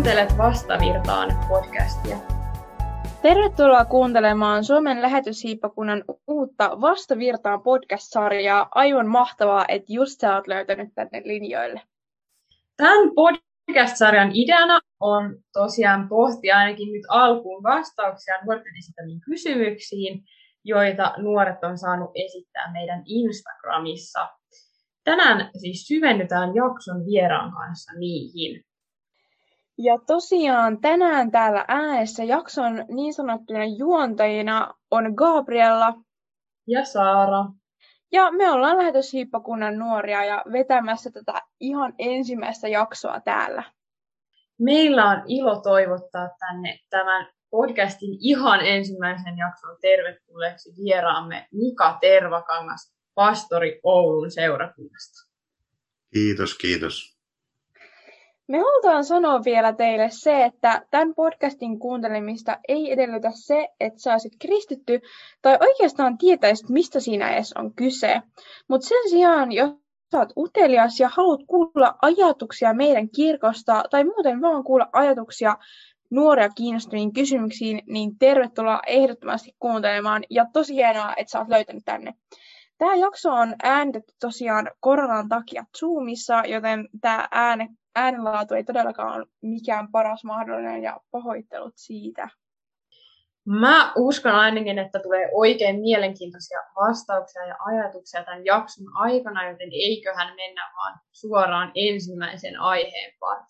Kuuntelet Vastavirtaan podcastia. Tervetuloa kuuntelemaan Suomen lähetyshiippakunnan uutta Vastavirtaan podcast-sarjaa. Aivan mahtavaa, että just sä oot löytänyt tänne linjoille. Tämän podcast-sarjan ideana on tosiaan pohtia ainakin nyt alkuun vastauksia nuorten esittämiin kysymyksiin, joita nuoret on saanut esittää meidän Instagramissa. Tänään siis syvennytään jakson vieraan kanssa niihin. Ja tosiaan tänään täällä äänessä jakson niin sanottuina juontajina on Gabriella ja Saara. Ja me ollaan lähetyshiippakunnan nuoria ja vetämässä tätä ihan ensimmäistä jaksoa täällä. Meillä on ilo toivottaa tänne tämän podcastin ihan ensimmäisen jakson tervetulleeksi vieraamme Mika Tervakangas, pastori Oulun seurakunnasta. Kiitos. Me halutaan sanoa vielä teille se, että tämän podcastin kuuntelemista ei edellytä se, että sä olisit kristitty tai oikeastaan tietäisit, mistä siinä edes on kyse. Mutta sen sijaan, jos sä oot utelias ja haluat kuulla ajatuksia meidän kirkosta tai muuten vaan kuulla ajatuksia nuoria kiinnostuviin kysymyksiin, niin tervetuloa ehdottomasti kuuntelemaan ja tosi hienoa, että sä oot löytänyt tänne. Tämä jakso on äänitetty tosiaan koronan takia Zoomissa, joten tämä äänenlaatu ei todellakaan ole mikään paras mahdollinen ja pahoittelut siitä. Mä uskon ainakin, että tulee oikein mielenkiintoisia vastauksia ja ajatuksia tämän jakson aikana, joten eiköhän mennä vaan suoraan ensimmäisen aiheen pariin.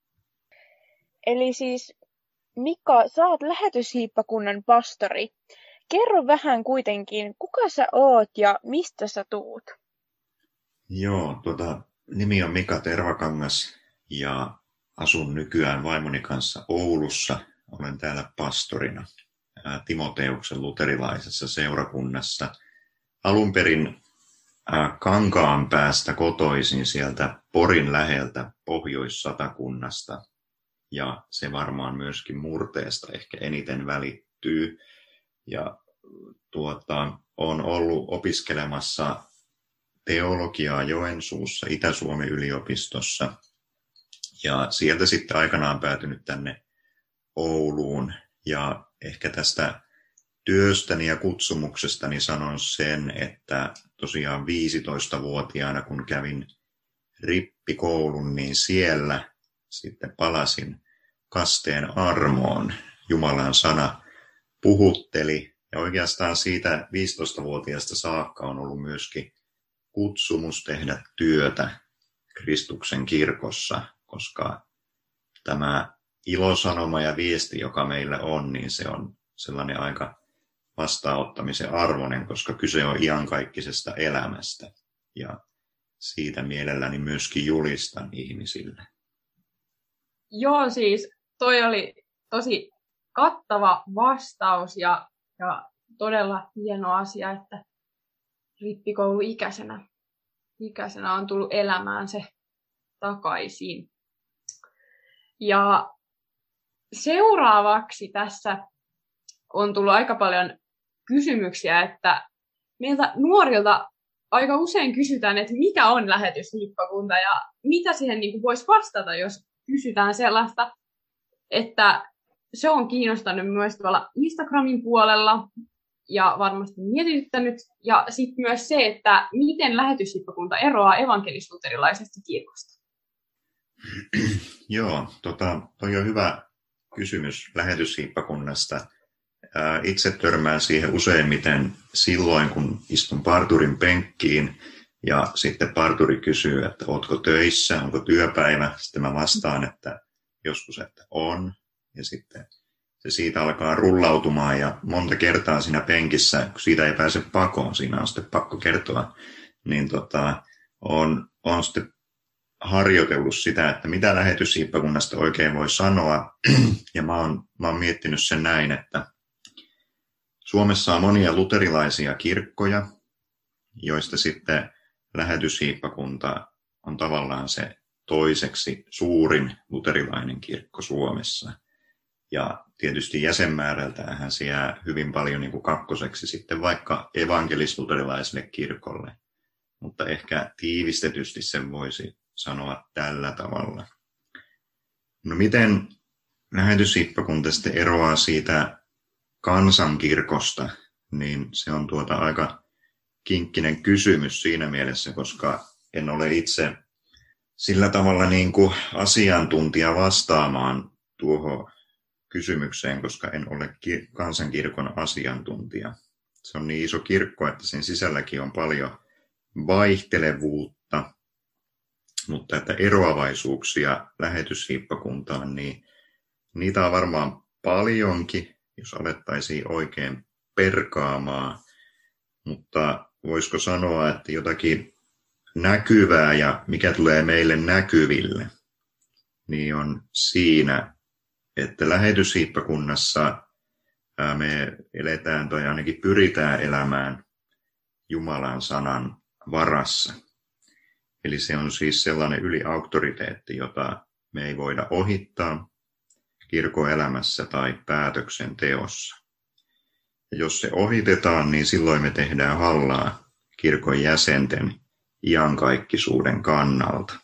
Eli siis Mika, sä oot lähetyshiippakunnan pastori. Kerro vähän kuitenkin, kuka sä oot ja mistä sä tuut? Joo, nimi on Mika Tervakangas ja asun nykyään vaimoni kanssa Oulussa. Olen täällä pastorina Timoteuksen luterilaisessa seurakunnassa. Alun perin Kankaanpäästä kotoisin sieltä Porin läheltä Pohjois-Satakunnasta. Ja se varmaan myöskin murteesta ehkä eniten välittyy. Ja olen ollut opiskelemassa teologiaa Joensuussa Itä-Suomen yliopistossa ja sieltä sitten aikanaan päätynyt tänne Ouluun. Ja ehkä tästä työstäni ja kutsumuksestani sanon sen, että tosiaan 15-vuotiaana kun kävin rippikoulun, niin siellä sitten palasin kasteen armoon. Jumalan sana puhutteli ja oikeastaan siitä 15-vuotiaasta saakka on ollut myöskin kutsumus tehdä työtä Kristuksen kirkossa, koska tämä ilosanoma ja viesti, joka meillä on, niin se on sellainen aika vastaanottamisen arvoinen, koska kyse on iankaikkisesta elämästä ja siitä mielelläni myöskin julistan ihmisille. Joo, siis toi oli tosi kattava vastaus ja todella hieno asia, että rippikouluikäisenä on tullut elämään se takaisin. Ja seuraavaksi tässä on tullut aika paljon kysymyksiä, että meiltä nuorilta aika usein kysytään, että mikä on lähetyshiippakunta ja mitä siihen voisi vastata, jos kysytään sellaista, että se on kiinnostanut myös tuolla Instagramin puolella ja varmasti mietityttänyt. Ja sitten myös se, että miten lähetyshiippakunta eroaa evankelis-luterilaisesta kirkosta. Joo, toi on hyvä kysymys lähetyshiippakunnasta. Itse törmään siihen useimmiten silloin, kun istun parturin penkkiin ja sitten parturi kysyy, että ootko töissä, onko työpäivä. Sitten mä vastaan, että joskus, että on. Ja sitten se siitä alkaa rullautumaan ja monta kertaa siinä penkissä, kun siitä ei pääse pakoon, siinä on sitten pakko kertoa, niin on sitten harjoitellut sitä, että mitä lähetyshiippakunnasta oikein voi sanoa. Ja mä oon miettinyt sen näin, että Suomessa on monia luterilaisia kirkkoja, joista sitten lähetyshiippakunta on tavallaan se toiseksi suurin luterilainen kirkko Suomessa. Ja tietysti jäsenmäärältäänhän se jää hyvin paljon niin kuin kakkoseksi sitten vaikka evankelis-luterilaiselle kirkolle. Mutta ehkä tiivistetysti sen voisi sanoa tällä tavalla. No lähetyshiippakunta sitten eroaa siitä kansankirkosta, niin se on aika kinkkinen kysymys siinä mielessä, koska en ole itse sillä tavalla niin kuin asiantuntija vastaamaan tuohon kysymykseen, koska en ole kansankirkon asiantuntija. Se on niin iso kirkko, että sen sisälläkin on paljon vaihtelevuutta, mutta että eroavaisuuksia lähetyshiippakuntaan, niin niitä on varmaan paljonkin, jos alettaisiin oikein perkaamaan, mutta voisiko sanoa, että jotakin näkyvää ja mikä tulee meille näkyville, niin on siinä, että lähetyshiippakunnassa me eletään tai ainakin pyritään elämään Jumalan sanan varassa. Eli se on siis sellainen yliauktoriteetti, jota me ei voida ohittaa kirkon elämässä tai päätöksenteossa. Ja jos se ohitetaan, niin silloin me tehdään hallaa kirkon jäsenten iankaikkisuuden kannalta.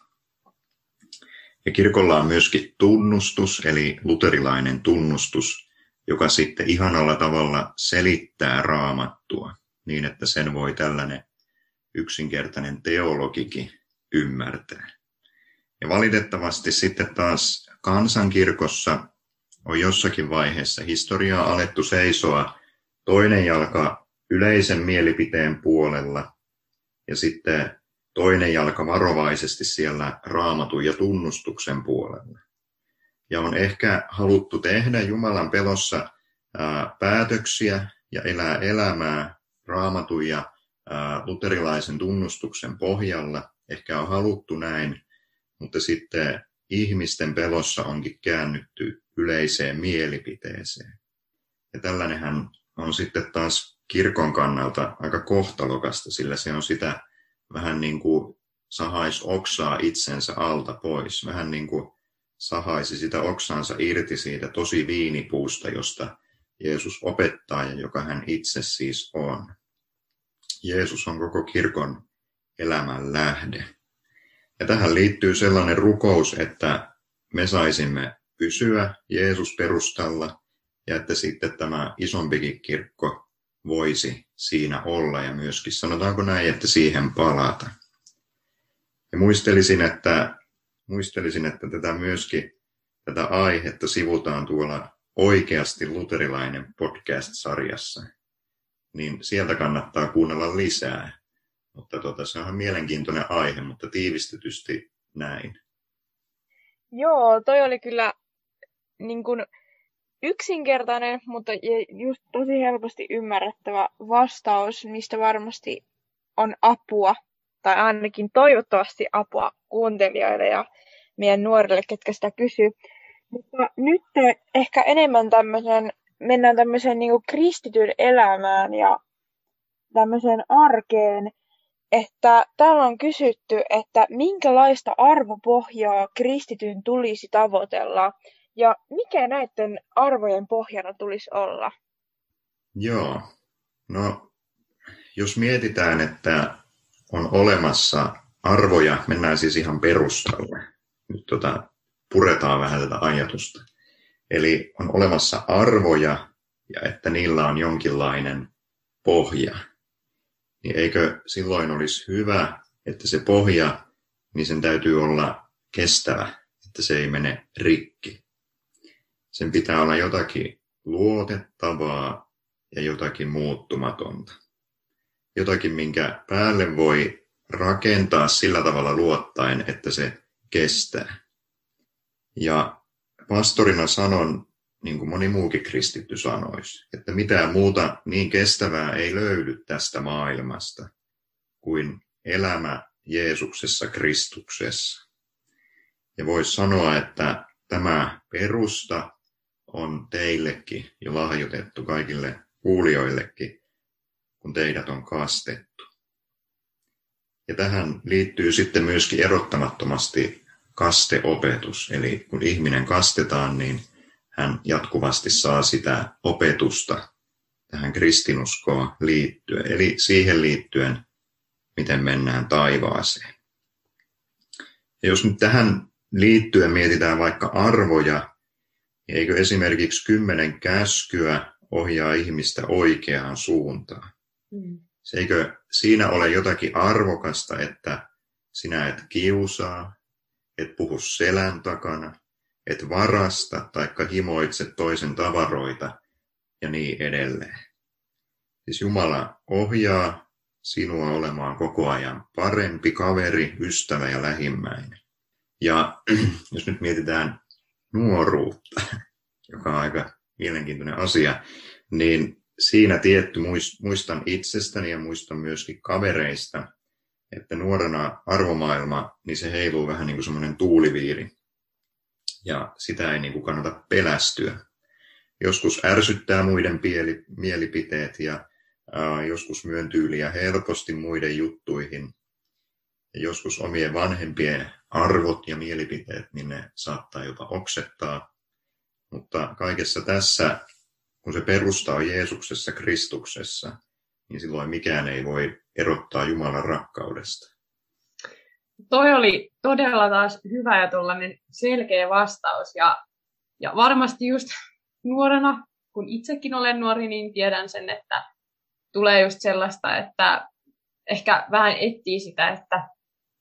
Ja kirkolla on myöskin tunnustus, eli luterilainen tunnustus, joka sitten ihanalla tavalla selittää Raamattua niin, että sen voi tällainen yksinkertainen teologikin ymmärtää. Ja valitettavasti sitten taas kansankirkossa on jossakin vaiheessa historiaa alettu seisoa toinen jalka yleisen mielipiteen puolella ja sitten toinen jalka varovaisesti siellä Raamatun ja tunnustuksen puolella. Ja on ehkä haluttu tehdä Jumalan pelossa päätöksiä ja elää elämää Raamatun ja luterilaisen tunnustuksen pohjalla. Ehkä on haluttu näin, mutta sitten ihmisten pelossa onkin käännytty yleiseen mielipiteeseen. Ja tällainenhän on sitten taas kirkon kannalta aika kohtalokasta, sillä se on sitä vähän niin kuin sahaisi oksaa itsensä alta pois. Vähän niin kuin sahaisi sitä oksansa irti siitä tosi viinipuusta, josta Jeesus opettaa ja joka hän itse siis on. Jeesus on koko kirkon elämän lähde. Ja tähän liittyy sellainen rukous, että me saisimme pysyä Jeesus-perustalla ja että sitten tämä isompikin kirkko voisi siinä olla ja myöskin sanotaanko näin, että siihen palata. Ja muistelisin, että tätä aihetta sivutaan tuolla Oikeasti luterilainen podcast-sarjassa. Niin sieltä kannattaa kuunnella lisää. Mutta se on mielenkiintoinen aihe, mutta tiivistetysti näin. Joo, toi oli kyllä niin kuin yksinkertainen, mutta just tosi helposti ymmärrettävä vastaus, mistä varmasti on apua, tai ainakin toivottavasti apua kuuntelijoille ja meidän nuorille, ketkä sitä kysyy. Mutta nyt ehkä enemmän mennään tämmöiseen niin kuin kristityn elämään ja tämmöiseen arkeen, että täällä on kysytty, että minkälaista arvopohjaa kristityn tulisi tavoitella ja mikä näiden arvojen pohjana tulisi olla? Joo, no jos mietitään, että on olemassa arvoja, mennään siis ihan perustalle. Nyt puretaan vähän tätä ajatusta. Eli on olemassa arvoja ja että niillä on jonkinlainen pohja. Niin eikö silloin olisi hyvä, että se pohja, niin sen täytyy olla kestävä, että se ei mene rikki. Sen pitää olla jotakin luotettavaa ja jotakin muuttumatonta. Jotakin, minkä päälle voi rakentaa sillä tavalla luottaen, että se kestää. Ja pastorina sanon, niin kuin moni muukin kristitty sanoisi, että mitään muuta niin kestävää ei löydy tästä maailmasta kuin elämä Jeesuksessa Kristuksessa. Ja voisi sanoa, että tämä perusta on teillekin jo lahjoitettu kaikille kuulijoillekin, kun teidät on kastettu. Ja tähän liittyy sitten myöskin erottamattomasti kasteopetus. Eli kun ihminen kastetaan, niin hän jatkuvasti saa sitä opetusta tähän kristinuskoon liittyen. Eli siihen liittyen, miten mennään taivaaseen. Ja jos nyt tähän liittyen mietitään vaikka arvoja, Eikö esimerkiksi 10 käskyä ohjaa ihmistä oikeaan suuntaan? Eikö siinä ole jotakin arvokasta, että sinä et kiusaa, et puhu selän takana, et varasta taikka himoitse toisen tavaroita ja niin edelleen. Siis Jumala ohjaa sinua olemaan koko ajan parempi kaveri, ystävä ja lähimmäinen. Ja jos nyt mietitään nuoruutta, joka on aika mielenkiintoinen asia, niin siinä tietty muistan itsestäni ja muistan myöskin kavereista, että nuorena arvomaailma, niin se heiluu vähän niin kuin semmoinen tuuliviiri. Ja sitä ei niin kuin kannata pelästyä. Joskus ärsyttää muiden mielipiteet ja joskus myöntyy liian helposti muiden juttuihin. Ja joskus omien vanhempien arvot ja mielipiteet, niin ne saattaa jopa oksettaa. Mutta kaikessa tässä, kun se perusta on Jeesuksessa, Kristuksessa, niin silloin mikään ei voi erottaa Jumalan rakkaudesta. Toi oli todella taas hyvä ja tuollainen selkeä vastaus. Ja varmasti just nuorena, kun itsekin olen nuori, niin tiedän sen, että tulee just sellaista, että ehkä vähän etsii sitä, että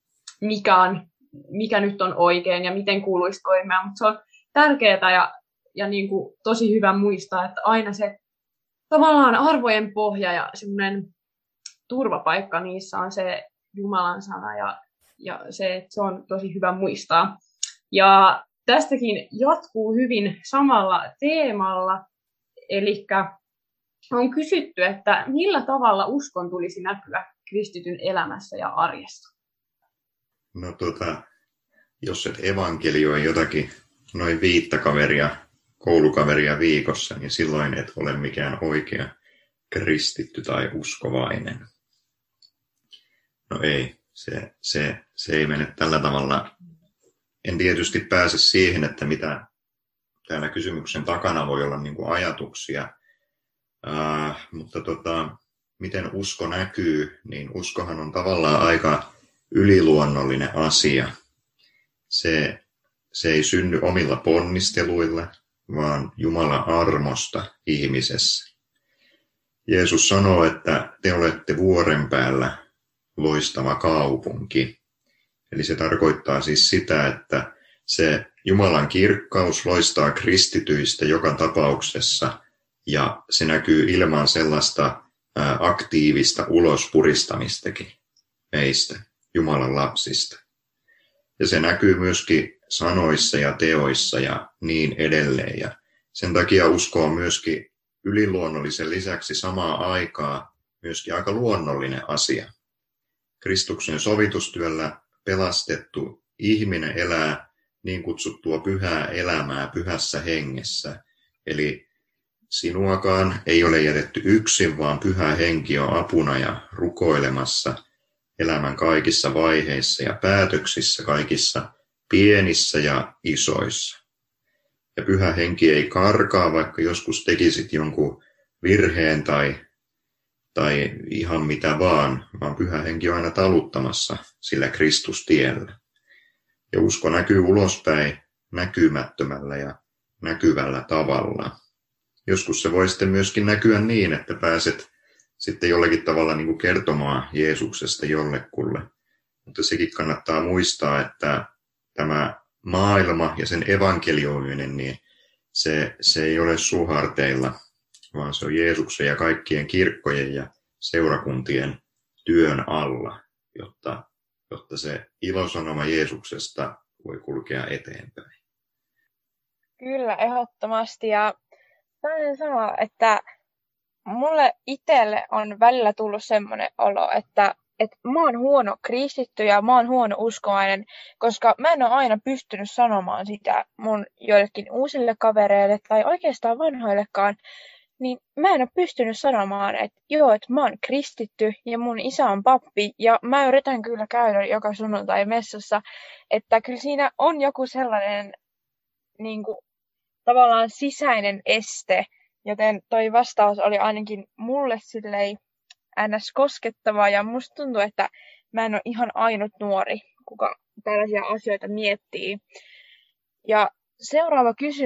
mikä nyt on oikein ja miten kuuluisi toimia. Mutta se on tärkeää ja niin kuin tosi hyvä muistaa, että aina se tavallaan arvojen pohja ja semmoinen turvapaikka niissä on se Jumalan sana ja se, että se on tosi hyvä muistaa. Ja tästäkin jatkuu hyvin samalla teemalla, eli on kysytty, että millä tavalla uskon tulisi näkyä kristityn elämässä ja arjessa? No jos et evankelioi jotakin noin 5 koulukaveria viikossa, niin silloin et ole mikään oikea kristitty tai uskovainen. No ei, se ei mene tällä tavalla. En tietysti pääse siihen, että mitä täällä kysymyksen takana voi olla niin kuin ajatuksia, mutta miten usko näkyy, niin uskohan on tavallaan aika yliluonnollinen asia. Se ei synny omilla ponnisteluilla, vaan Jumalan armosta ihmisessä. Jeesus sanoo, että te olette vuoren päällä loistava kaupunki. Eli se tarkoittaa siis sitä, että se Jumalan kirkkaus loistaa kristityistä joka tapauksessa ja se näkyy ilman sellaista aktiivista ulospuristamistakin meistä, Jumalan lapsista. Ja se näkyy myöskin sanoissa ja teoissa ja niin edelleen. Ja sen takia usko on myöskin yliluonnollisen lisäksi samaa aikaa myöskin aika luonnollinen asia. Kristuksen sovitustyöllä pelastettu ihminen elää niin kutsuttua pyhää elämää pyhässä hengessä. Eli sinuakaan ei ole jätetty yksin, vaan pyhä henki on apuna ja rukoilemassa elämän kaikissa vaiheissa ja päätöksissä, kaikissa pienissä ja isoissa. Ja pyhä henki ei karkaa, vaikka joskus tekisit jonkun virheen tai ihan mitä vaan pyhä henki on aina taluttamassa sillä Kristustiellä. Ja usko näkyy ulospäin näkymättömällä ja näkyvällä tavalla. Joskus se voi sitten myöskin näkyä niin, että pääset sitten jollakin tavalla niin kuin kertomaan Jeesuksesta jollekulle. Mutta sekin kannattaa muistaa, että tämä maailma ja sen evankelioiminen, niin se ei ole suharteilla, vaan se on Jeesuksen ja kaikkien kirkkojen ja seurakuntien työn alla, jotta se ilosanoma Jeesuksesta voi kulkea eteenpäin. Kyllä, ehdottomasti. Ja täytyy sanoa, että mulle itselle on välillä tullut semmoinen olo, että mä oon huono kristitty ja mä oon huono uskovainen, koska mä en ole aina pystynyt sanomaan sitä mun joillekin uusille kavereille tai oikeastaan vanhoillekaan, niin mä en ole pystynyt sanomaan, että joo, että mä oon kristitty ja mun isä on pappi ja mä yritän kyllä käydä joka sunnuntai messassa, että kyllä siinä on joku sellainen niin kuin, tavallaan sisäinen este, joten toi vastaus oli ainakin mulle silleen ns. Koskettava ja musta tuntuu, että mä en ole ihan ainut nuori, kuka tällaisia asioita miettii. Ja seuraava kysymys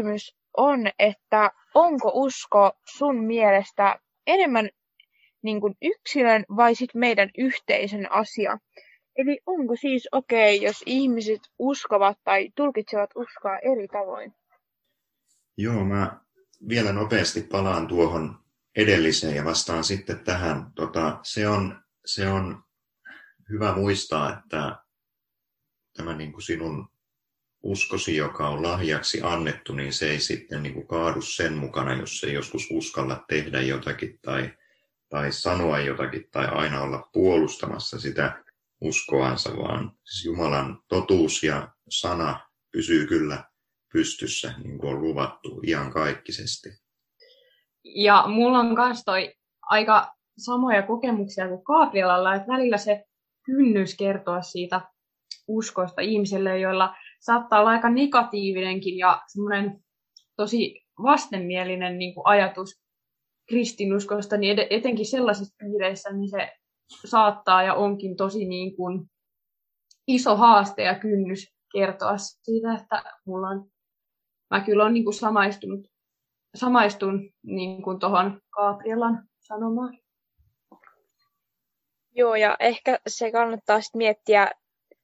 on, että onko usko sun mielestä enemmän niin kuin yksilön vai sit meidän yhteisön asia? Eli onko siis okei, jos ihmiset uskovat tai tulkitsevat uskoa eri tavoin? Joo, mä vielä nopeasti palaan tuohon edelliseen ja vastaan sitten tähän. Se on hyvä muistaa, että tämä niin kuin sinun uskosi, joka on lahjaksi annettu, niin se ei sitten niin kuin kaadu sen mukana, jos ei joskus uskalla tehdä jotakin tai sanoa jotakin tai aina olla puolustamassa sitä uskoansa, vaan siis Jumalan totuus ja sana pysyy kyllä pystyssä, niin kuin on luvattu iankaikkisesti. Ja mulla on myös toi aika samoja kokemuksia kuin Gabrielalla, että välillä se kynnys kertoa siitä uskosta ihmiselle, joilla saattaa olla aika negatiivinenkin ja semmoinen tosi vastenmielinen niin kuin ajatus kristinuskosta, niin etenkin sellaisissa piireissä niin se saattaa ja onkin tosi niin kuin iso haaste ja kynnys kertoa siitä, että mä kyllä olen niin kuin samaistun niin kuin tuohon Gabrielan sanomaan. Joo, ja ehkä se kannattaa sitten miettiä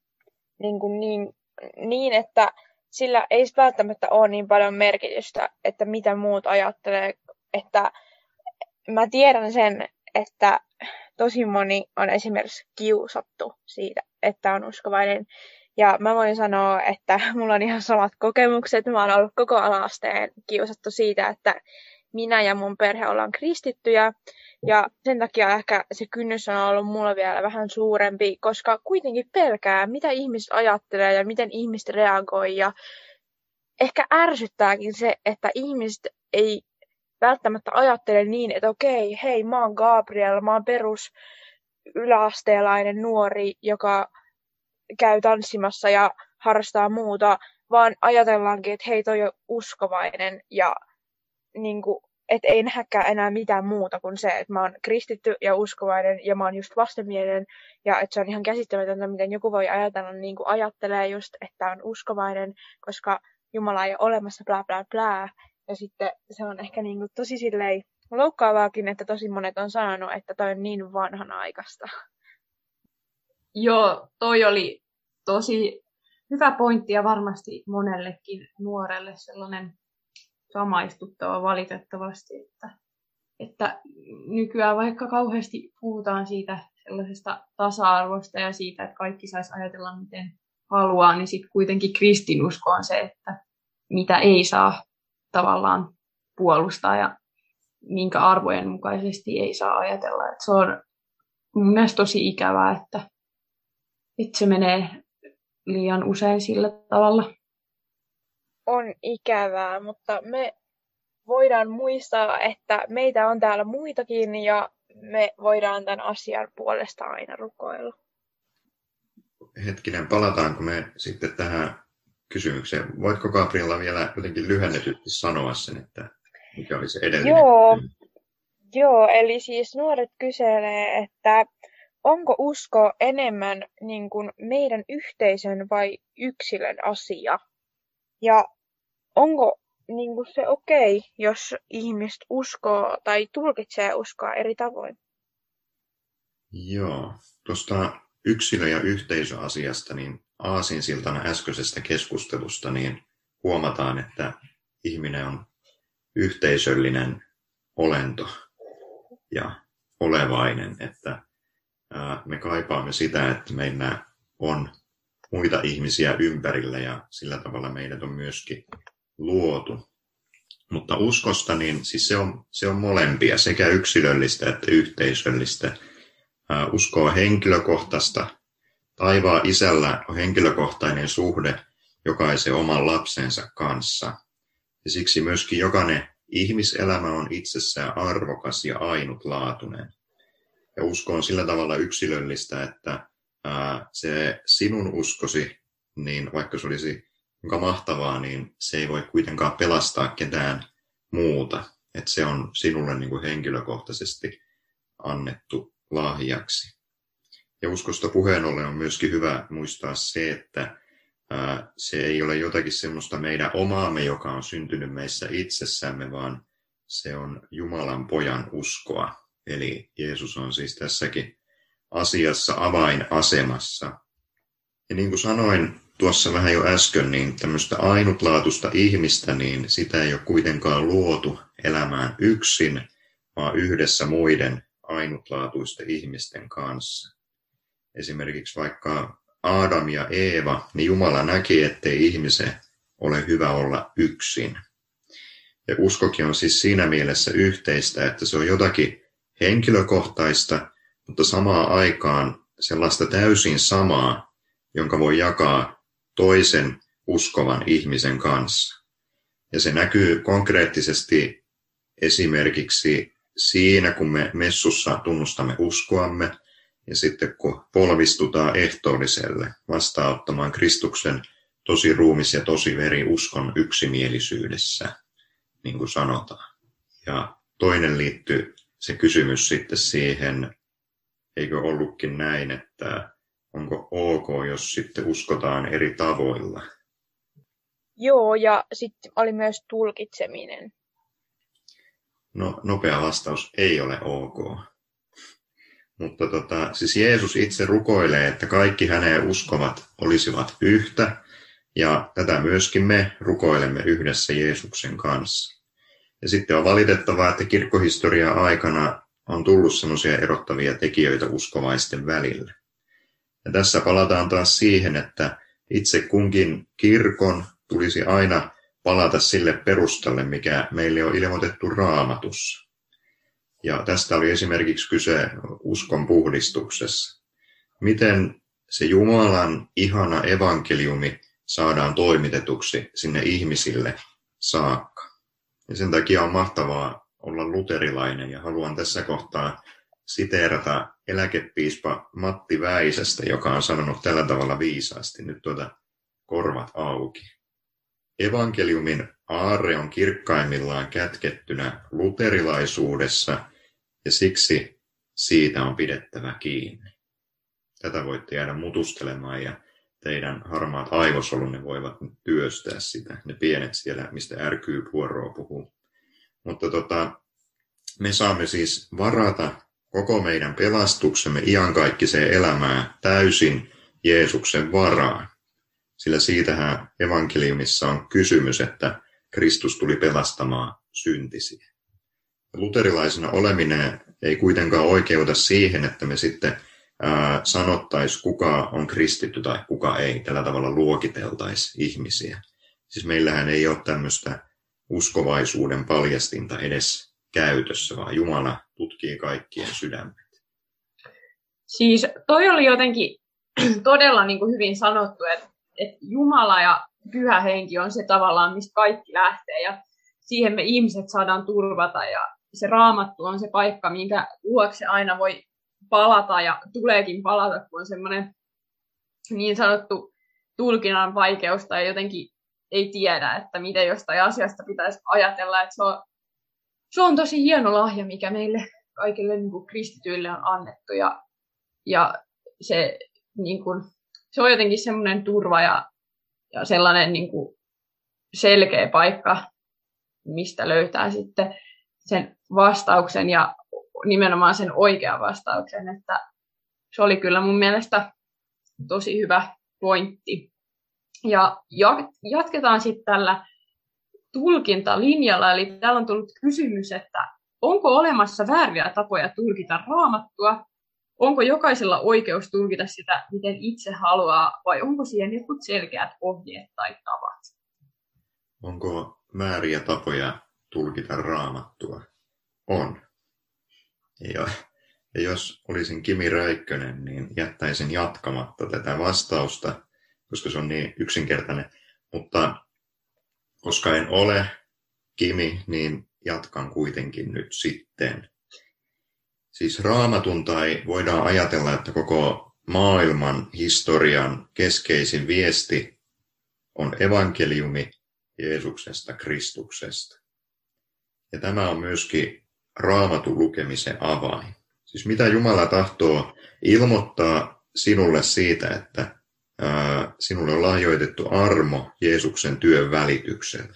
niin, että sillä ei välttämättä ole niin paljon merkitystä, että mitä muut ajattelee. Että mä tiedän sen, että tosi moni on esimerkiksi kiusattu siitä, että on uskovainen. Ja mä voin sanoa, että mulla on ihan samat kokemukset. Mä oon ollut koko ala-asteen kiusattu siitä, että minä ja mun perhe ollaan kristittyjä. Ja sen takia ehkä se kynnys on ollut mulla vielä vähän suurempi, koska kuitenkin pelkää, mitä ihmiset ajattelee ja miten ihmiset reagoi. Ja ehkä ärsyttääkin se, että ihmiset ei välttämättä ajattele niin, että okei, hei, mä oon Gabriel, mä oon perus yläasteelainen nuori, joka käy tanssimassa ja harrastaa muuta, vaan ajatellaankin, että hei, toi on uskovainen ja niin kuin, että ei nähdäkään enää mitään muuta kuin se, että mä oon kristitty ja uskovainen ja mä oon just vastenmielinen ja että se on ihan käsittämätöntä, miten joku voi ajatella niin kuin ajattelee just, että on uskovainen, koska Jumala ei ole olemassa, bla bla bla. Ja sitten se on ehkä niin kuin tosi silleen loukkaavaakin, että tosi monet on sanonut, että toi on niin vanhanaikaista. Joo, toi oli tosi hyvä pointti ja varmasti monellekin nuorelle sellainen samaistuttava valitettavasti, että nykyään vaikka kauheasti puhutaan siitä sellaisesta tasa-arvosta ja siitä, että kaikki saisi ajatella miten haluaa, niin sitten kuitenkin kristinusko on se, että mitä ei saa tavallaan puolustaa ja minkä arvojen mukaisesti ei saa ajatella. Että se on mun mielestä tosi ikävää, että se menee liian usein sillä tavalla. On ikävää, mutta me voidaan muistaa, että meitä on täällä muitakin ja me voidaan tämän asian puolesta aina rukoilla. Hetkinen, palataanko me sitten tähän kysymykseen? Voitko Gabriella vielä jotenkin lyhennetysti sanoa sen, että mikä oli se edellinen? Joo, eli siis nuoret kyselee, että onko usko enemmän niin kuin meidän yhteisön vai yksilön asia? Ja onko niin kuin se okei, jos ihmiset uskoo tai tulkitsee uskoa eri tavoin? Joo, tuosta yksilö- ja yhteisöasiasta, niin aasinsiltana äskeisestä keskustelusta, niin huomataan, että ihminen on yhteisöllinen olento ja olevainen, että me kaipaamme sitä, että meillä on muita ihmisiä ympärillä ja sillä tavalla meidät on myöskin luotu. Mutta uskosta, niin siis se on molempia, sekä yksilöllistä että yhteisöllistä. Usko on henkilökohtaista. Taivaan isällä on henkilökohtainen suhde jokaisen oman lapsensa kanssa. Ja siksi myöskin jokainen ihmiselämä on itsessään arvokas ja ainutlaatuinen. Ja usko on sillä tavalla yksilöllistä, että se sinun uskosi, niin vaikka se olisi kuinka mahtavaa, niin se ei voi kuitenkaan pelastaa ketään muuta. Että se on sinulle niin kuin henkilökohtaisesti annettu lahjaksi. Ja uskosta puheen ollen on myöskin hyvä muistaa se, että Se ei ole jotakin semmoista meidän omaamme, joka on syntynyt meissä itsessämme, vaan se on Jumalan pojan uskoa. Eli Jeesus on siis tässäkin asiassa avainasemassa. Ja niin kuin sanoin tuossa vähän jo äsken, niin tämmöistä ainutlaatuista ihmistä, niin sitä ei ole kuitenkaan luotu elämään yksin, vaan yhdessä muiden ainutlaatuisten ihmisten kanssa. Esimerkiksi vaikka Aadam ja Eeva, niin Jumala näki, ettei ihmisen ole hyvä olla yksin. Ja uskokin on siis siinä mielessä yhteistä, että se on jotakin henkilökohtaista, mutta samaan aikaan sellaista täysin samaa, jonka voi jakaa toisen uskovan ihmisen kanssa. Ja se näkyy konkreettisesti esimerkiksi siinä, kun me messussa tunnustamme uskoamme, ja sitten kun polvistutaan ehtoolliselle vastaanottamaan Kristuksen tosi ruumis ja tosi veri uskon yksimielisyydessä, niin kuin sanotaan. Ja toinen liittyy se kysymys sitten siihen, eikö ollutkin näin, että onko ok, jos sitten uskotaan eri tavoilla? Joo, ja sitten oli myös tulkitseminen. No, nopea vastaus, ei ole ok. Mutta siis Jeesus itse rukoilee, että kaikki häneen uskovat olisivat yhtä, ja tätä myöskin me rukoilemme yhdessä Jeesuksen kanssa. Ja sitten on valitettavaa, että kirkkohistorian aikana on tullut semmoisia erottavia tekijöitä uskovaisten välillä. Ja tässä palataan taas siihen, että itse kunkin kirkon tulisi aina palata sille perustalle, mikä meille on ilmoitettu Raamatussa. Ja tästä oli esimerkiksi kyse uskon puhdistuksessa. Miten se Jumalan ihana evankeliumi saadaan toimitetuksi sinne ihmisille saakka. Ja sen takia on mahtavaa olla luterilainen ja haluan tässä kohtaa siteerata eläkepiispa Matti Väisästä, joka on sanonut tällä tavalla viisaasti, nyt korvat auki. Evankeliumin aarre on kirkkaimmillaan kätkettynä luterilaisuudessa ja siksi siitä on pidettävä kiinni. Tätä voitte jäädä mutustelemaan ja teidän harmaat aivosolunne voivat nyt työstää sitä, ne pienet siellä, mistä RQ-puoroa puhuu. Mutta me saamme siis varata koko meidän pelastuksemme iankaikkiseen elämään täysin Jeesuksen varaan. Sillä siitähän evankeliumissa on kysymys, että Kristus tuli pelastamaan syntisiä. Luterilaisena oleminen ei kuitenkaan oikeuta siihen, että me sitten sanottaisiin, kuka on kristitty tai kuka ei. Tällä tavalla luokiteltaisiin ihmisiä. Siis meillähän ei ole tämmöistä uskovaisuuden paljastinta edes käytössä, vaan Jumala tutkii kaikkien sydämet. Siis toi oli jotenkin todella niin kuin hyvin sanottu, että Jumala ja Pyhä Henki on se tavallaan, mistä kaikki lähtee ja siihen me ihmiset saadaan turvata ja se Raamattu on se paikka, minkä luokse aina voi palata ja tuleekin palata, kun on semmoinen niin sanottu tulkinnan vaikeus tai jotenkin ei tiedä, että miten jostain asiasta pitäisi ajatella, että se on tosi hieno lahja, mikä meille kaikille niin kuin kristityille on annettu ja se, niin kuin, se on jotenkin semmoinen turva ja sellainen niin kuin selkeä paikka, mistä löytää sitten sen vastauksen ja nimenomaan sen oikean vastauksen, että se oli kyllä mun mielestä tosi hyvä pointti. Ja jatketaan sitten tällä tulkintalinjalla, eli täällä on tullut kysymys, että onko olemassa vääriä tapoja tulkita Raamattua, onko jokaisella oikeus tulkita sitä, miten itse haluaa, vai onko siihen jotkut selkeät ohjeet tai tavat? Onko vääriä tapoja tulkita Raamattua? On. Ja jos olisin Kimi Räikkönen, niin jättäisin jatkamatta tätä vastausta, koska se on niin yksinkertainen. Mutta koska en ole Kimi, niin jatkan kuitenkin nyt sitten. Siis Raamatun tai voidaan ajatella, että koko maailman historian keskeisin viesti on evankeliumi Jeesuksesta, Kristuksesta. Ja tämä on myöskin Raamatun lukemisen avain. Siis mitä Jumala tahtoo ilmoittaa sinulle siitä, että sinulle on lahjoitettu armo Jeesuksen työn välityksellä.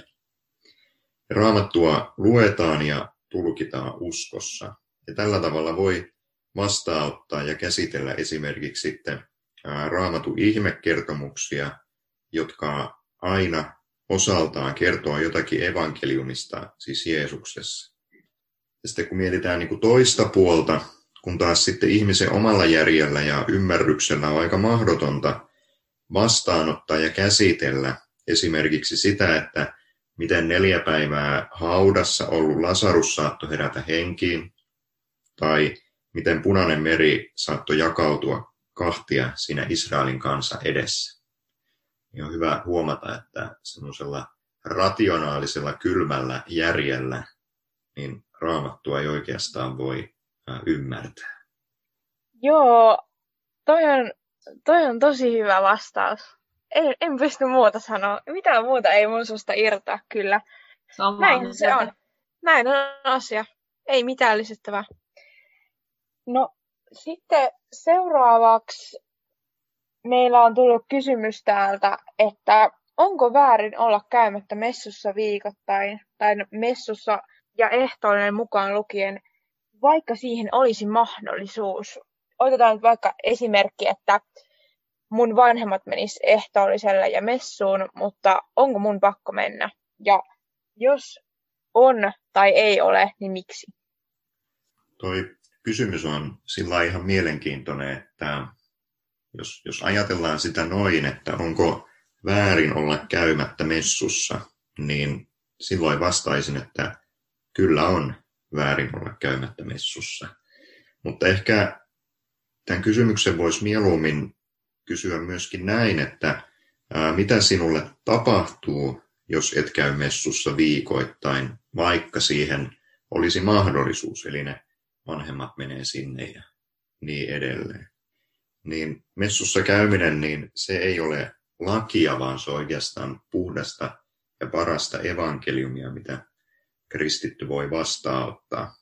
Raamattua luetaan ja tulkitaan uskossa. Ja tällä tavalla voi vastaanottaa ja käsitellä esimerkiksi sitten Raamatun ihmekertomuksia, jotka aina osaltaan kertoo jotakin evankeliumista, siis Jeesuksessa. Ja sitten kun mietitään niin kuin toista puolta, kun taas sitten ihmisen omalla järjellä ja ymmärryksellä on aika mahdotonta vastaanottaa ja käsitellä esimerkiksi sitä, että miten 4 päivää haudassa ollut Lasarus saattoi herätä henkiin, tai miten Punainen meri saattoi jakautua kahtia siinä Israelin kansan edessä. Ja on hyvä huomata, että semmoisella rationaalisella kylmällä järjellä niin Raamattua ei oikeastaan voi ymmärtää. Joo, toi on tosi hyvä vastaus. En pysty muuta sanoa. Mitään muuta ei mun susta irtaa kyllä. Näin se on. Näin on asia. Ei mitään lisättävää. No sitten seuraavaksi meillä on tullut kysymys täältä, että onko väärin olla käymättä messussa viikoittain tai messussa ja ehtoollinen mukaan lukien, vaikka siihen olisi mahdollisuus. Otetaan nyt vaikka esimerkki, että mun vanhemmat menis ehtoolliselle ja messuun, mutta onko mun pakko mennä? Ja jos on tai ei ole, niin miksi? Toi kysymys on sillä ihan mielenkiintoinen, että jos ajatellaan sitä noin, että onko väärin olla käymättä messussa, niin silloin vastaisin, että kyllä on väärin olla käymättä messussa. Mutta ehkä tämän kysymyksen voisi mieluummin kysyä myöskin näin, että mitä sinulle tapahtuu, jos et käy messussa viikoittain, vaikka siihen olisi mahdollisuus, eli ne vanhemmat menee sinne ja niin edelleen. Niin messussa käyminen, niin se ei ole lakia, vaan se on oikeastaan puhdasta ja parasta evankeliumia, mitä kristitty voi vastaanottaa.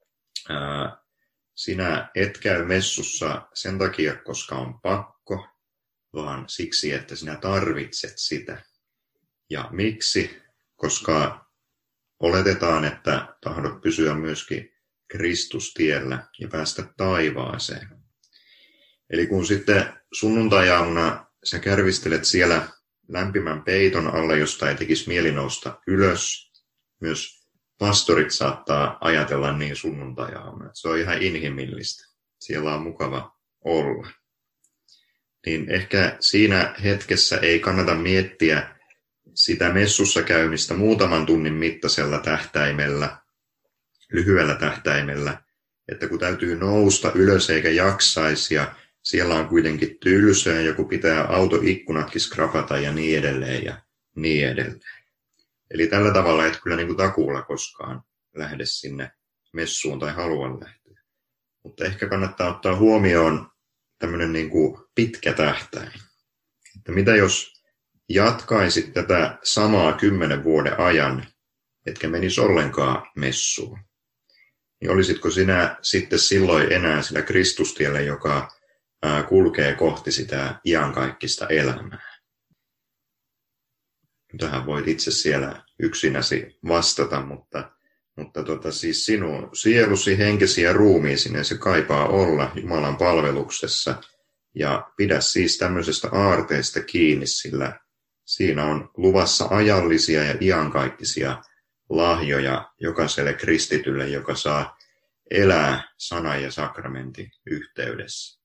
Sinä et käy messussa sen takia, koska on pakko, vaan siksi, että sinä tarvitset sitä. Ja miksi? Koska oletetaan, että tahdot pysyä myöskin Kristustiellä ja päästä taivaaseen. Eli kun sitten sunnuntai-aamuna sä kärvistelet siellä lämpimän peiton alle, josta ei tekisi mieli nousta ylös, myös pastorit saattaa ajatella niin sunnuntai-aamuna. Se on ihan inhimillistä. Siellä on mukava olla. Niin ehkä siinä hetkessä ei kannata miettiä sitä messussa käymistä muutaman tunnin mittaisella tähtäimellä, lyhyellä tähtäimellä, että kun täytyy nousta ylös eikä jaksaisi ja siellä on kuitenkin tylsää, joku pitää autoikkunatkin skrapata ja niin edelleen ja niin edelleen. Eli tällä tavalla et kyllä niin kuin takuulla koskaan lähde sinne messuun tai halua lähteä. Mutta ehkä kannattaa ottaa huomioon tämmöinen niin kuin pitkä tähtäin. Että mitä jos jatkaisit tätä samaa 10 vuoden ajan, etkä menisi ollenkaan messuun? Niin olisitko sinä sitten silloin enää sillä Kristustiellä, joka kulkee kohti sitä iankaikkista elämää? Tähän voit itse siellä yksinäsi vastata, mutta siis sinun sielusi, henkesi ja ruumiisi, se kaipaa olla Jumalan palveluksessa. Ja pidä siis tämmöisestä aarteesta kiinni, sillä siinä on luvassa ajallisia ja iankaikkisia lahjoja jokaiselle kristitylle, joka saa elää sanan ja sakramentin yhteydessä.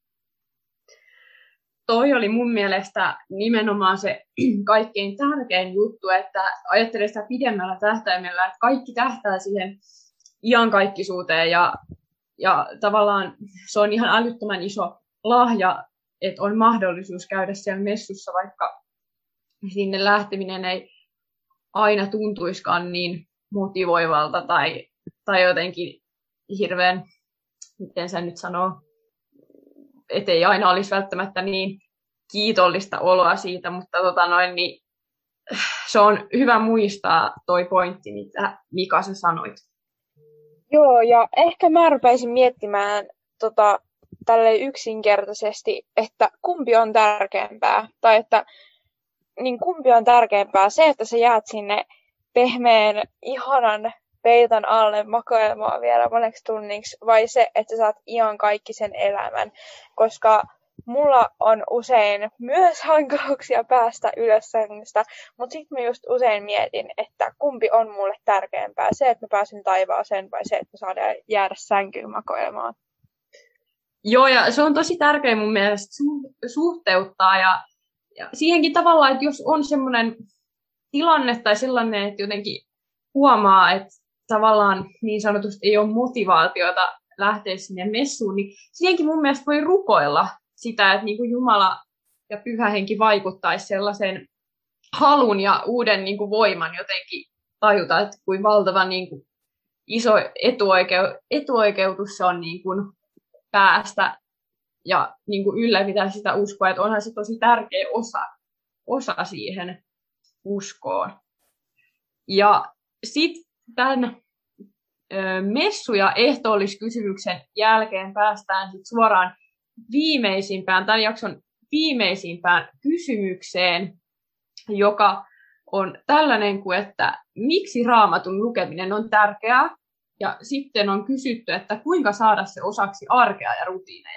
Toi oli mun mielestä nimenomaan se kaikkein tärkein juttu, että ajattelee sitä pidemmällä tähtäimellä, että kaikki tähtää siihen iankaikkisuuteen ja tavallaan se on ihan älyttömän iso lahja, että on mahdollisuus käydä siellä messussa, vaikka sinne lähteminen ei aina tuntuiskaan niin motivoivalta tai jotenkin hirveän, miten sen nyt sanoo, ettei aina olisi välttämättä niin kiitollista oloa siitä, mutta niin, se on hyvä muistaa toi pointti, mitä Mika sä sanoit. Joo, ja ehkä mä rupeaisin miettimään tälleen yksinkertaisesti, että kumpi on tärkeämpää. Tai että niin kumpi on tärkeämpää, se, että sä jäät sinne pehmeän, ihanan peiton alle makoilemaan vielä moneksi tunniksi, vai se, että sä saat iankaikkisen elämän. Koska mulla on usein myös hankaluuksia päästä ylös sängystä, mutta sitten mä just usein mietin, että kumpi on mulle tärkeämpää, se, että mä pääsen taivaaseen vai se, että mä saan jäädä sänkyyn makoilemaan. Joo, ja se on tosi tärkeä mun mielestä suhteuttaa, ja siihenkin tavallaan, että jos on semmoinen tilanne tai sellainen, että jotenkin huomaa, että tavallaan niin sanotusti ei ole motivaatiota lähteä sinne messuun, niin siihenkin mun mielestä voi rukoilla sitä, että niin kuin Jumala ja Pyhä Henki vaikuttaisi sellaisen halun ja uuden niin kuin voiman jotenkin tajuta, että kuin valtava niin kuin iso etuoikeutus se on niin kuin päästä ja niin kuin ylläpitää sitä uskoa, että onhan se tosi tärkeä osa siihen uskoon. Ja sitten tämän messu- ja ehtoolliskysymyksen jälkeen päästään sit suoraan tämän jakson viimeisimpään kysymykseen, joka on tällainen kuin, että miksi Raamatun lukeminen on tärkeää, ja sitten on kysytty, että kuinka saada se osaksi arkea ja rutiineja.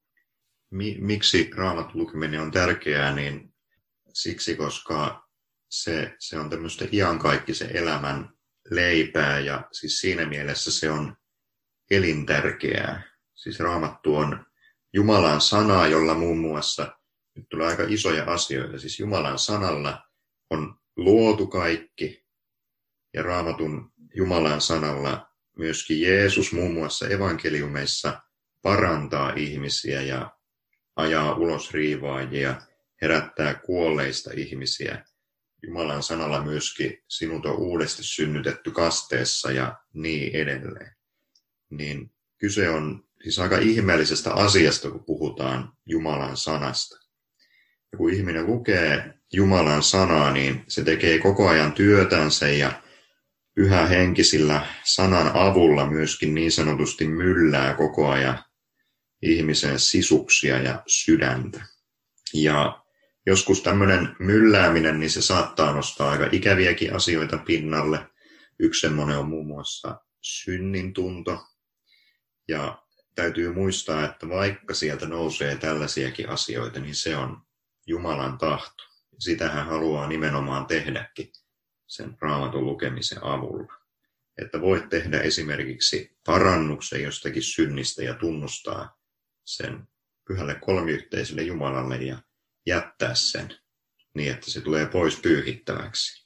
Miksi Raamatun lukeminen on tärkeää, niin siksi, koska se on tämmöistä iankaikkisen elämän leipää, ja siis siinä mielessä se on elintärkeää. Siis Raamattu on Jumalan sana, jolla muun muassa, nyt tulee aika isoja asioita, siis Jumalan sanalla on luotu kaikki, ja Raamatun Jumalan sanalla myöskin Jeesus muun muassa evankeliumeissa parantaa ihmisiä ja ajaa ulos riivaajia, herättää kuolleista ihmisiä. Jumalan sanalla myöskin sinut on uudesti synnytetty kasteessa ja niin edelleen. Niin kyse on siis aika ihmeellisestä asiasta, kun puhutaan Jumalan sanasta. Ja kun ihminen lukee Jumalan sanaa, niin se tekee koko ajan työtänsä ja Pyhä Henki sillä sanan avulla myöskin niin sanotusti myllää koko ajan ihmisen sisuksia ja sydäntä. Ja joskus tämmöinen myllääminen, niin se saattaa nostaa aika ikäviäkin asioita pinnalle. Yksi semmoinen on muun muassa synnin tunto. Ja täytyy muistaa, että vaikka sieltä nousee tällaisiakin asioita, niin se on Jumalan tahto. Sitä hän haluaa nimenomaan tehdäkin sen Raamatun lukemisen avulla. Että voit tehdä esimerkiksi parannuksen jostakin synnistä ja tunnustaa sen pyhälle kolmiyhteiselle Jumalalle ja jättää sen niin, että se tulee pois pyyhittäväksi.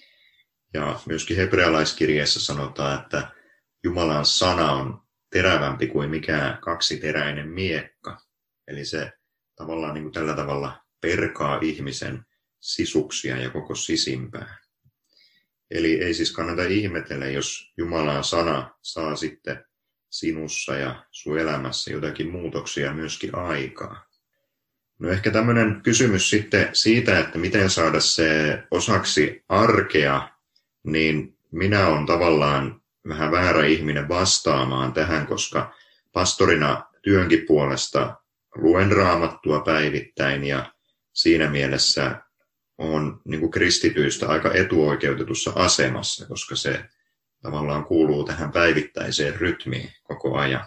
Ja myöskin hebrealaiskirjeessä sanotaan, että Jumalan sana on terävämpi kuin mikään kaksiteräinen miekka. Eli se tavallaan niin kuin tällä tavalla perkaa ihmisen sisuksia ja koko sisimpää. Eli ei siis kannata ihmetellä, jos Jumalan sana saa sitten sinussa ja sun elämässä jotakin muutoksia myöskin aikaa. No ehkä tämmöinen kysymys sitten siitä, että miten saada se osaksi arkea, niin minä olen tavallaan vähän väärä ihminen vastaamaan tähän, koska pastorina työnkin puolesta luen Raamattua päivittäin ja siinä mielessä on niin kuin kristityistä aika etuoikeutetussa asemassa, koska se tavallaan kuuluu tähän päivittäiseen rytmiin koko ajan.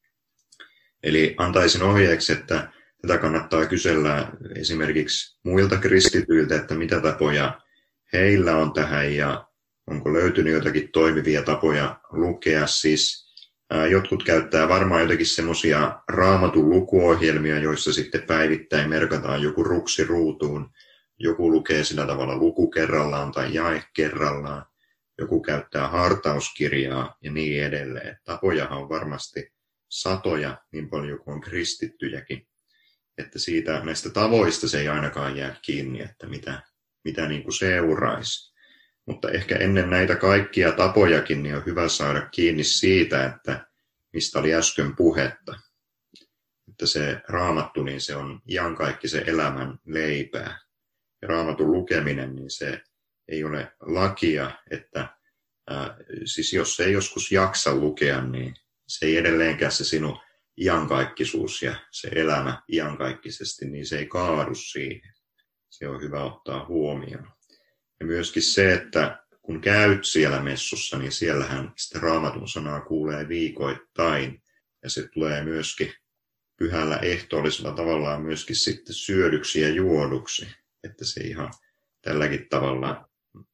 Eli antaisin ohjeeksi, että tätä kannattaa kysellä esimerkiksi muilta kristityiltä, että mitä tapoja heillä on tähän ja onko löytynyt jotakin toimivia tapoja lukea. Siis jotkut käyttää varmaan jotakin semmoisia Raamatun lukuohjelmia, joissa sitten päivittäin merkataan joku ruksi ruutuun. Joku lukee sillä tavalla luku kerrallaan tai jae kerrallaan. Joku käyttää hartauskirjaa ja niin edelleen. Tapojahan on varmasti satoja, niin paljon kuin on kristittyjäkin. Että näistä tavoista se ei ainakaan jää kiinni, että mitä niin kuin seuraisi. Mutta ehkä ennen näitä kaikkia tapojakin niin on hyvä saada kiinni siitä, että mistä oli äsken puhetta. Että se Raamattu, niin se on iankaikkisen elämän leipää. Ja Raamatun lukeminen, niin se ei ole lakia, että siis jos ei joskus jaksa lukea, niin se ei edelleenkään se sinun iankaikkisuus ja se elämä iankaikkisesti, niin se ei kaadu siihen. Se on hyvä ottaa huomioon. Ja myöskin se, että kun käyt siellä messussa, niin siellähän sitä Raamatun sanaa kuulee viikoittain. Ja se tulee myöskin pyhällä ehtoollisella tavallaan myöskin sitten syödyksi ja juoduksi. Että se ihan tälläkin tavalla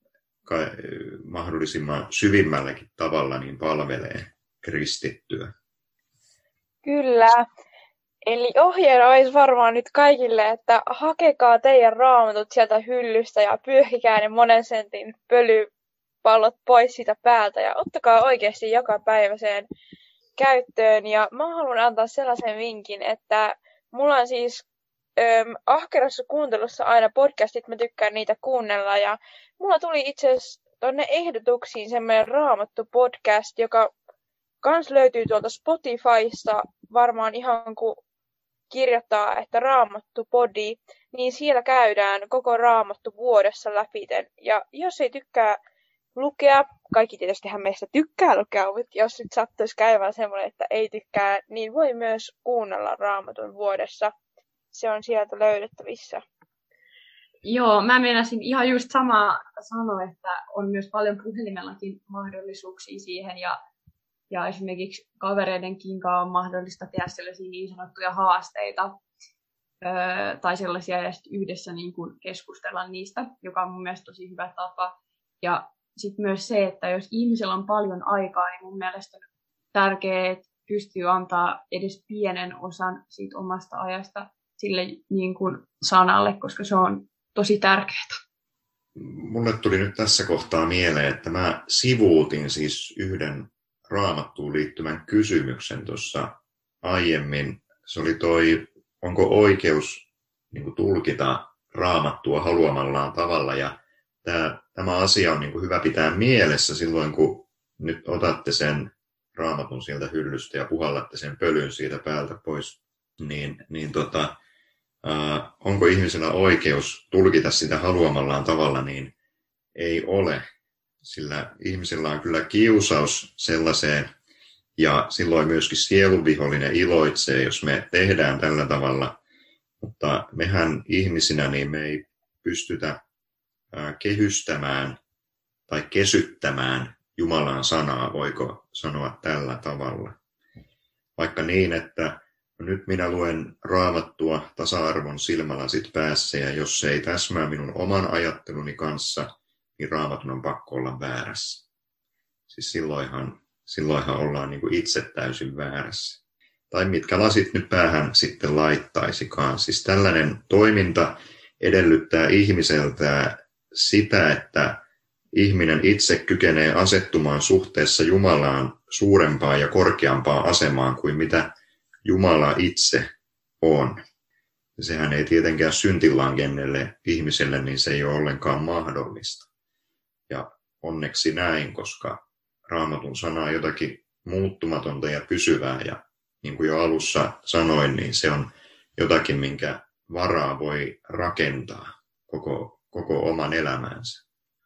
mahdollisimman syvimmälläkin tavalla niin palvelee kristittyä. Kyllä. Eli ohjeena olisi varmaan nyt kaikille, että hakekaa teidän raamatut sieltä hyllystä ja pyyhkikää ne monen sentin pölypallot pois siitä päältä ja ottakaa oikeasti joka päiväiseen käyttöön. Ja mä haluan antaa sellaisen vinkin, että mulla on siis ahkerassa kuuntelussa aina podcastit, mä tykkään niitä kuunnella ja mulla tuli itse asiassa tonne ehdotuksiin semmoinen Raamattu podcast, joka kans löytyy tuolta Spotifysta varmaan ihan kun kirjoittaa, että Raamattu podi, niin siellä käydään koko Raamattu vuodessa läpi. Ja jos ei tykkää lukea, kaikki tietystihän meistä tykkää lukea, mutta jos nyt sattuisi käymään semmoinen, että ei tykkää, niin voi myös kuunnella Raamatun vuodessa. Se on sieltä löydettävissä. Joo, mä meinasin ihan just samaa sanoa, että on myös paljon puhelimellakin mahdollisuuksia siihen ja esimerkiksi kavereidenkin kanssa on mahdollista tehdä sellaisia niin sanottuja haasteita tai sellaisia ja sitten yhdessä niin kuin keskustella niistä, joka on mun mielestä tosi hyvä tapa. Ja sitten myös se, että jos ihmisellä on paljon aikaa, niin mun mielestä on tärkeää, että pystyy antaa edes pienen osan siitä omasta ajasta sille niin kuin sanalle, koska se on tosi tärkeää. Mulle tuli nyt tässä kohtaa mieleen, että mä sivuutin siis yhden Raamattuun liittyvän kysymyksen tuossa aiemmin. Se oli onko oikeus niin kuin tulkita Raamattua haluamallaan tavalla. Ja tämä asia on niin kuin hyvä pitää mielessä silloin, kun nyt otatte sen Raamatun sieltä hyllystä ja puhallatte sen pölyn siitä päältä pois. Onko ihmisellä oikeus tulkita sitä haluamallaan tavalla, niin ei ole. Sillä ihmisillä on kyllä kiusaus sellaiseen, ja silloin myöskin sielunvihollinen iloitsee, jos me tehdään tällä tavalla. Mutta mehän ihmisinä, niin me ei pystytä kehystämään tai kesyttämään Jumalan sanaa, voiko sanoa tällä tavalla. Vaikka niin, että nyt minä luen Raamattua tasa-arvon silmälasit päässä, ja jos se ei täsmää minun oman ajatteluni kanssa, niin Raamatun on pakko olla väärässä. Siis silloinhan ollaan niin kuin itse täysin väärässä. Tai mitkä lasit nyt päähän sitten laittaisikaan. Siis tällainen toiminta edellyttää ihmiseltä sitä, että ihminen itse kykenee asettumaan suhteessa Jumalaan suurempaan ja korkeampaan asemaan kuin mitä Jumala itse on. Ja sehän ei tietenkään syntilangennelle ihmiselle, niin se ei ole ollenkaan mahdollista. Ja onneksi näin, koska Raamatun sana on jotakin muuttumatonta ja pysyvää. Ja niin kuin jo alussa sanoin, niin se on jotakin, minkä varaa voi rakentaa koko oman elämänsä.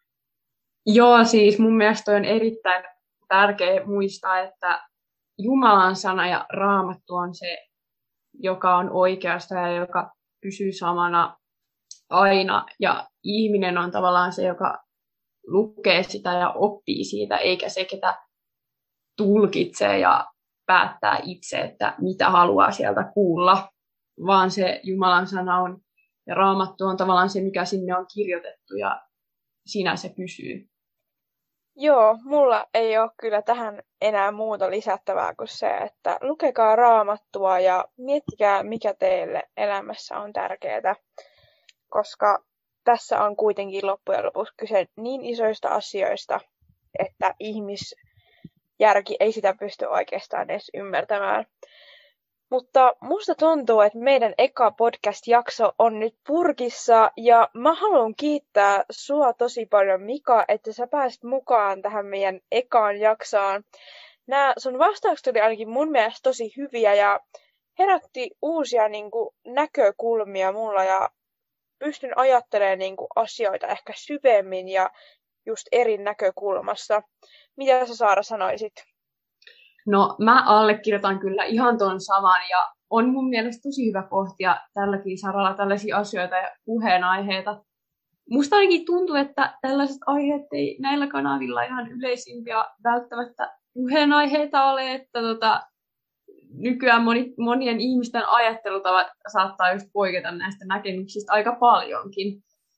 Joo, siis mun mielestä on erittäin tärkeää muistaa, että Jumalan sana ja Raamattu on se, joka on oikeasta ja joka pysyy samana aina. Ja ihminen on tavallaan se, joka lukee sitä ja oppii siitä, eikä se, ketä tulkitsee ja päättää itse, että mitä haluaa sieltä kuulla. Vaan se Jumalan sana on ja Raamattu on tavallaan se, mikä sinne on kirjoitettu ja siinä se pysyy. Joo, mulla ei ole kyllä tähän enää muuta lisättävää kuin se, että lukekaa Raamattua ja miettikää, mikä teille elämässä on tärkeää, koska tässä on kuitenkin loppujen lopuksi kyse niin isoista asioista, että ihmisjärki ei sitä pysty oikeastaan edes ymmärtämään. Mutta musta tuntuu, että meidän eka podcast-jakso on nyt purkissa ja mä haluan kiittää sua tosi paljon, Mika, että sä pääsit mukaan tähän meidän ekaan jaksoon. Nämä sun vastaukset oli ainakin mun mielestä tosi hyviä ja herätti uusia näkökulmia mulla ja pystyn ajattelemaan asioita ehkä syvemmin ja just eri näkökulmasta. Mitä sä, Saara, sanoisit? No, mä allekirjoitan kyllä ihan ton saman, ja on mun mielestä tosi hyvä pohtia tälläkin saralla tällaisia asioita ja puheenaiheita. Musta ainakin tuntuu, että tällaiset aiheet ei näillä kanavilla ihan yleisimpiä välttämättä puheenaiheita ole, että nykyään monien ihmisten ajattelutavat saattaa just poiketa näistä näkemyksistä aika paljonkin.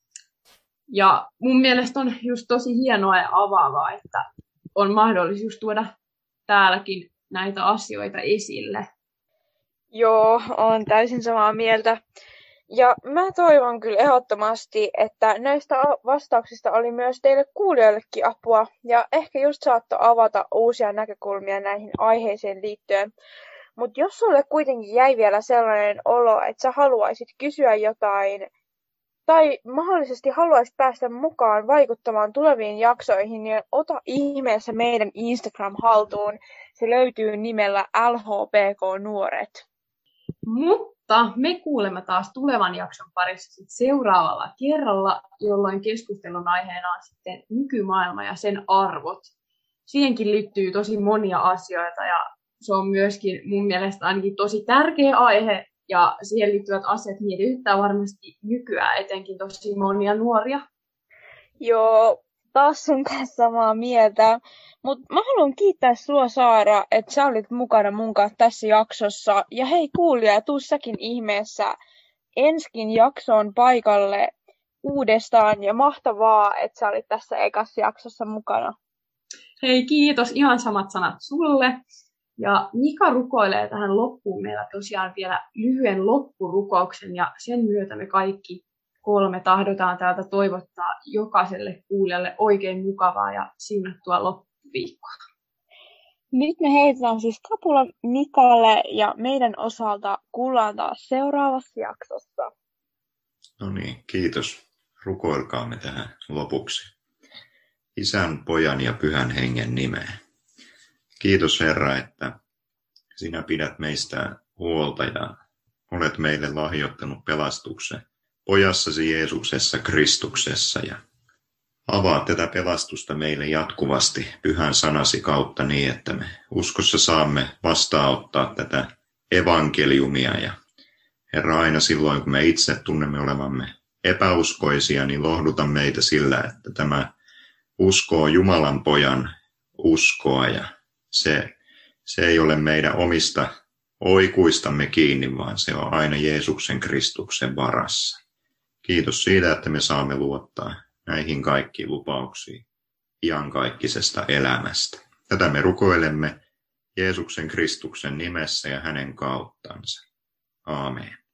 Ja mun mielestä on just tosi hienoa ja avaavaa, että on mahdollisuus tuoda täälläkin näitä asioita esille. Joo, olen täysin samaa mieltä. Ja mä toivon kyllä ehdottomasti, että näistä vastauksista oli myös teille kuulijoillekin apua. Ja ehkä just saatte avata uusia näkökulmia näihin aiheisiin liittyen. Mutta jos sulle kuitenkin jäi vielä sellainen olo, että sä haluaisit kysyä jotain, tai mahdollisesti haluaisit päästä mukaan vaikuttamaan tuleviin jaksoihin, niin ota ihmeessä meidän Instagram haltuun. Se löytyy nimellä LHPK Nuoret. Mutta me kuulemme taas tulevan jakson parissa seuraavalla kerralla, jolloin keskustelun aiheena on sitten nykymaailma ja sen arvot. Siihenkin liittyy tosi monia asioita ja se on myöskin mun mielestä ainakin tosi tärkeä aihe ja siihen liittyvät asiat mietityttää varmasti nykyään etenkin tosi monia nuoria. Joo, taas on tässä samaa mieltä. Mutta mä haluan kiittää sua, Saara, että sä olit mukana mun kanssa tässä jaksossa. Ja hei kuulija, tuu säkin ihmeessä enskin jaksoon paikalle uudestaan. Ja mahtavaa, että sä olit tässä ekassa jaksossa mukana. Hei, kiitos. Ihan samat sanat sulle. Ja Mika rukoilee tähän loppuun meillä tosiaan vielä lyhyen loppurukouksen. Ja sen myötä me kaikki 3 tahdotaan täältä toivottaa jokaiselle kuulijalle oikein mukavaa ja siunattua loppuviikkoa. Nyt me heitetään siis kapula Mikalle ja meidän osalta kuullaan taas seuraavassa jaksossa. No niin, kiitos. Rukoilkaamme tähän lopuksi. Isän, Pojan ja Pyhän Hengen nimeen. Kiitos Herra, että sinä pidät meistä huolta ja olet meille lahjoittanut pelastuksen Pojassasi Jeesuksessa Kristuksessa ja avaa tätä pelastusta meille jatkuvasti pyhän sanasi kautta niin, että me uskossa saamme vastaanottaa tätä evankeliumia ja Herra aina silloin, kun me itse tunnemme olevamme epäuskoisia, niin lohduta meitä sillä, että tämä usko on Jumalan Pojan uskoa ja se ei ole meidän omista oikuistamme kiinni, vaan se on aina Jeesuksen Kristuksen varassa. Kiitos siitä, että me saamme luottaa näihin kaikkiin lupauksiin iankaikkisesta elämästä. Tätä me rukoilemme Jeesuksen Kristuksen nimessä ja hänen kauttansa. Aamen.